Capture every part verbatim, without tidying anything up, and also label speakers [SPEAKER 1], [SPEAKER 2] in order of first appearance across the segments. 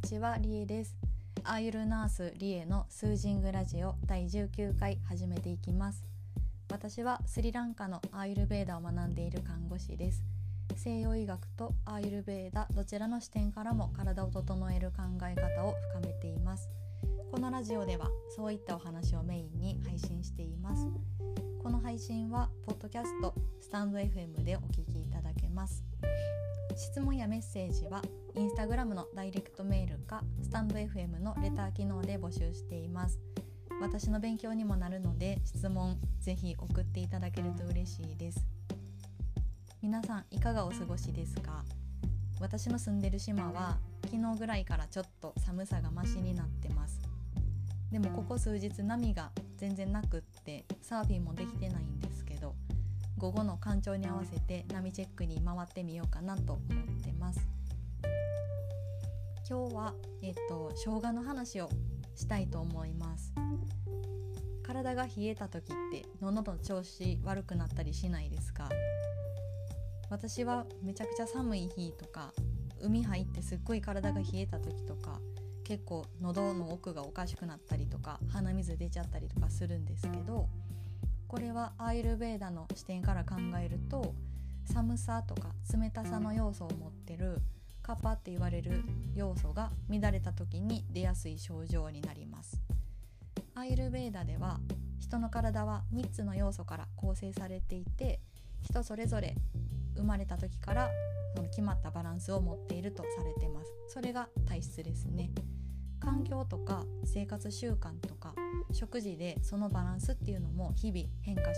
[SPEAKER 1] ちは、りえです。アーユルナースりえのスージングラジオだいじゅうきゅうかい始めていきます。私はスリランカのアーユルベーダを学んでいる看護師です。西洋医学とアーユルベーダどちらの視点からも体を整える考え方を深めています。このラジオではそういったお話をメインに配信しています。この配信はポッドキャスト、スタンド エフエム でお聞きいただけます。質問やメッセージはインスタグラムのダイレクトメールかスタンド エフエム のレター機能で募集しています。私の勉強にもなるので質問ぜひ送っていただけると嬉しいです。皆さんいかがお過ごしですか？私の住んでる島は昨日ぐらいからちょっと寒さがマシになってます。でもここ数日波が全然なくってサーフィンもできてないんですけど、午後の干潮に合わせて波チェックに回ってみようかなと思ってます。今日は、えっと、生姜の話をしたいと思います。体が冷えた時って喉の調子悪くなったりしないですか？私はめちゃくちゃ寒い日とか海入ってすっごい体が冷えた時とか結構喉の奥がおかしくなったりとか鼻水出ちゃったりとかするんですけど、これはアーユルベーダの視点から考えると寒さとか冷たさの要素を持ってるカパって言われる要素が乱れた時に出やすい症状になります。アーユルベーダでは人の体はみっつの要素から構成されていて、人それぞれ生まれた時からその決まったバランスを持っているとされています。それが体質ですね。環境とか生活習慣とか食事でそのバランスっていうのも日々変化します。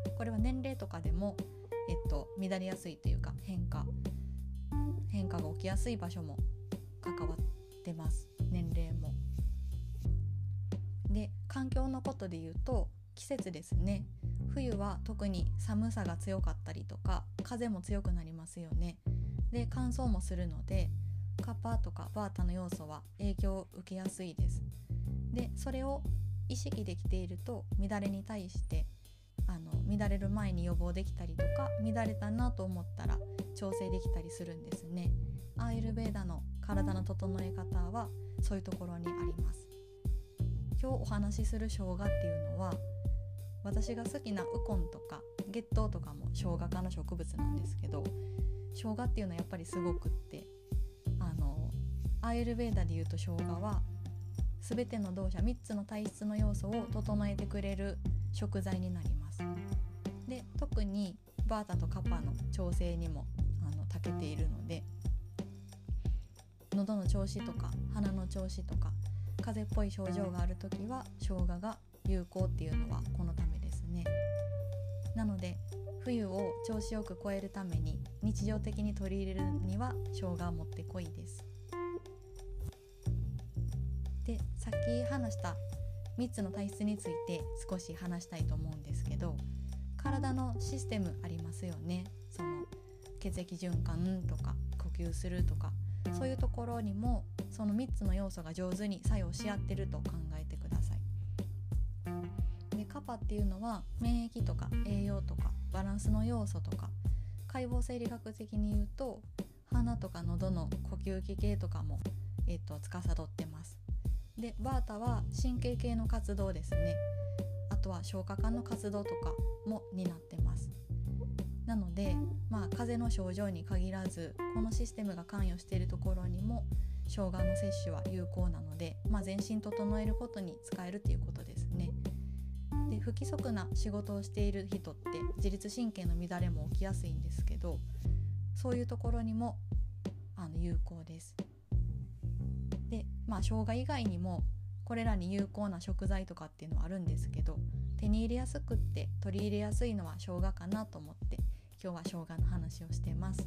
[SPEAKER 1] これは年齢とかでも、えっと、乱れやすいというか変化変化が起きやすい場所も関わってます。年齢も。で、環境のことで言うと季節ですね。冬は特に寒さが強かったりとか風も強くなりますよね。で、乾燥もするのでカパとかバータの要素は影響を受けやすいです。で、それを意識できていると乱れに対してあの乱れる前に予防できたりとか、乱れたなと思ったら調整できたりするんですね。アーユルベーダの体の整え方はそういうところにあります。今日お話しする生姜っていうのは私が好きなウコンとかゲットウとかも生姜科の植物なんですけど、生姜っていうのはやっぱりすごくってあのアーユルベーダでいうと生姜はすべての動作みっつの体質の要素を整えてくれる食材になります。で、特にバータとカパの調整にもあの長けているので、喉の調子とか鼻の調子とか風邪っぽい症状があるときは生姜が有効っていうのはこのためですね。なので冬を調子よく超えるために日常的に取り入れるには生姜はもってこいです。で、さっき話したみっつの体質について少し話したいと思うんですけど、体のシステムありますよね。その血液循環とか呼吸するとか、そういうところにもそのみっつの要素が上手に作用し合ってると考えてください。で、カパっていうのは免疫とか栄養とかバランスの要素とか、解剖生理学的に言うと鼻とか喉の呼吸器系とかも、えー、と司ってます。で、バータは神経系の活動ですね。あとは消化管の活動とかも担ってます。なので、まあ、風邪の症状に限らずこのシステムが関与しているところにも生姜の摂取は有効なので、まあ、全身整えることに使えるということですね。で、不規則な仕事をしている人って自律神経の乱れも起きやすいんですけど、そういうところにもあの有効です。で、まあ、生姜以外にもこれらに有効な食材とかっていうのはあるんですけど、手に入れやすくって取り入れやすいのは生姜かなと思って今日は生姜の話をしてます。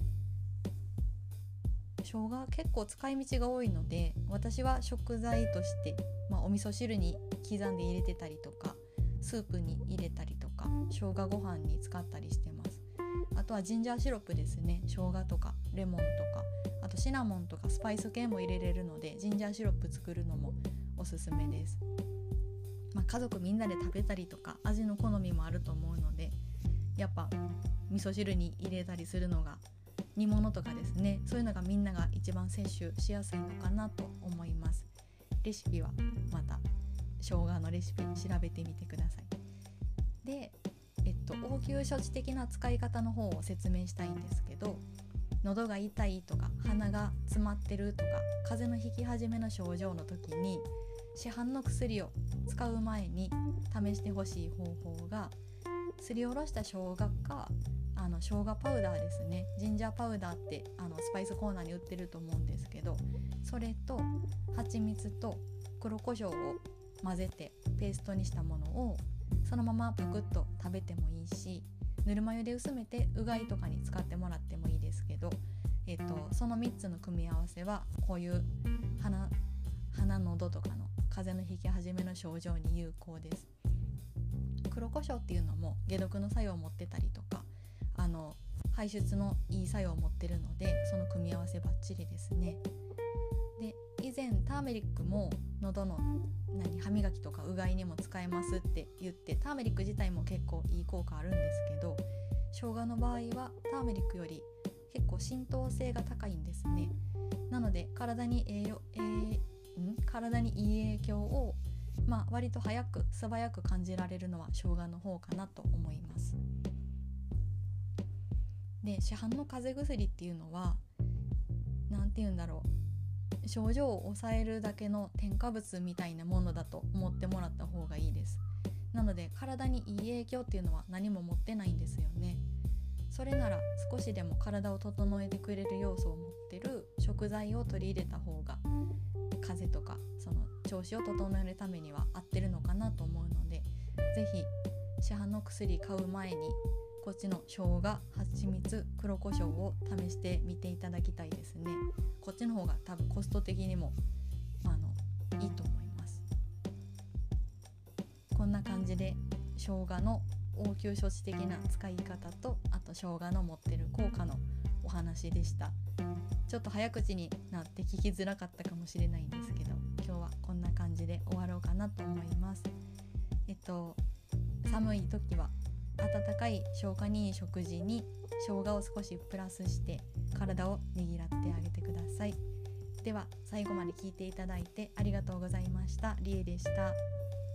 [SPEAKER 1] 生姜結構使い道が多いので、私は食材として、まあ、お味噌汁に刻んで入れてたりとかスープに入れたりとか生姜ご飯に使ったりしてます。あとはジンジャーシロップですね。生姜とかレモンとかあとシナモンとかスパイス系も入れれるのでジンジャーシロップ作るのもおすすめです。まあ、家族みんなで食べたりとか味の好みもあると思うので、やっぱ味噌汁に入れたりするのが煮物とかですね、そういうのがみんなが一番摂取しやすいのかなと思います。レシピはまた生姜のレシピ調べてみてください。で、えっと、応急処置的な使い方の方を説明したいんですけど、喉が痛いとか鼻が詰まってるとか風邪のひき始めの症状の時に市販の薬を使う前に試してほしい方法が、すりおろした生姜かあの生姜パウダーですね、ジンジャーパウダーってあのスパイスコーナーに売ってると思うんですけど、それと蜂蜜と黒胡椒を混ぜてペーストにしたものをそのままパクッと食べてもいいし、ぬるま湯で薄めてうがいとかに使ってもらってもいいですけど、えっと、そのみっつの組み合わせはこういう鼻、鼻喉とかの風邪のひき始めの症状に有効です。黒胡椒っていうのも解毒の作用を持ってたりとか、あの排出のいい作用を持ってるので、その組み合わせバッチリですね。で、以前ターメリックも喉の何歯磨きとかうがいにも使えますって言って、ターメリック自体も結構いい効果あるんですけど、生姜の場合はターメリックより結構浸透性が高いんですね。なので体に栄養、えー、ん体にいい影響を、まあ、割と早く素早く感じられるのは生姜の方かなと思います。で、市販の風邪薬っていうのはなんて言うんだろう、症状を抑えるだけの添加物みたいなものだと思ってもらった方がいいです。なので体にいい影響っていうのは何も持ってないんですよね。それなら少しでも体を整えてくれる要素を持ってる食材を取り入れた方が風邪とかその調子を整えるためには合ってるのかなと思うので、ぜひ市販の薬買う前にこっちの生姜、蜂蜜、黒胡椒を試してみていただきたいですね。こっちの方が多分コスト的にもあのいいと思います。こんな感じで生姜の応急処置的な使い方と、あと生姜の持ってる効果のお話でした。ちょっと早口になって聞きづらかったかもしれないんですけど、今日はこんな感じで終わろうかなと思います。えっと寒い時は温かい消化にいい食事に生姜を少しプラスして体をねぎらってあげてください。では最後まで聞いていただいてありがとうございました。りえでした。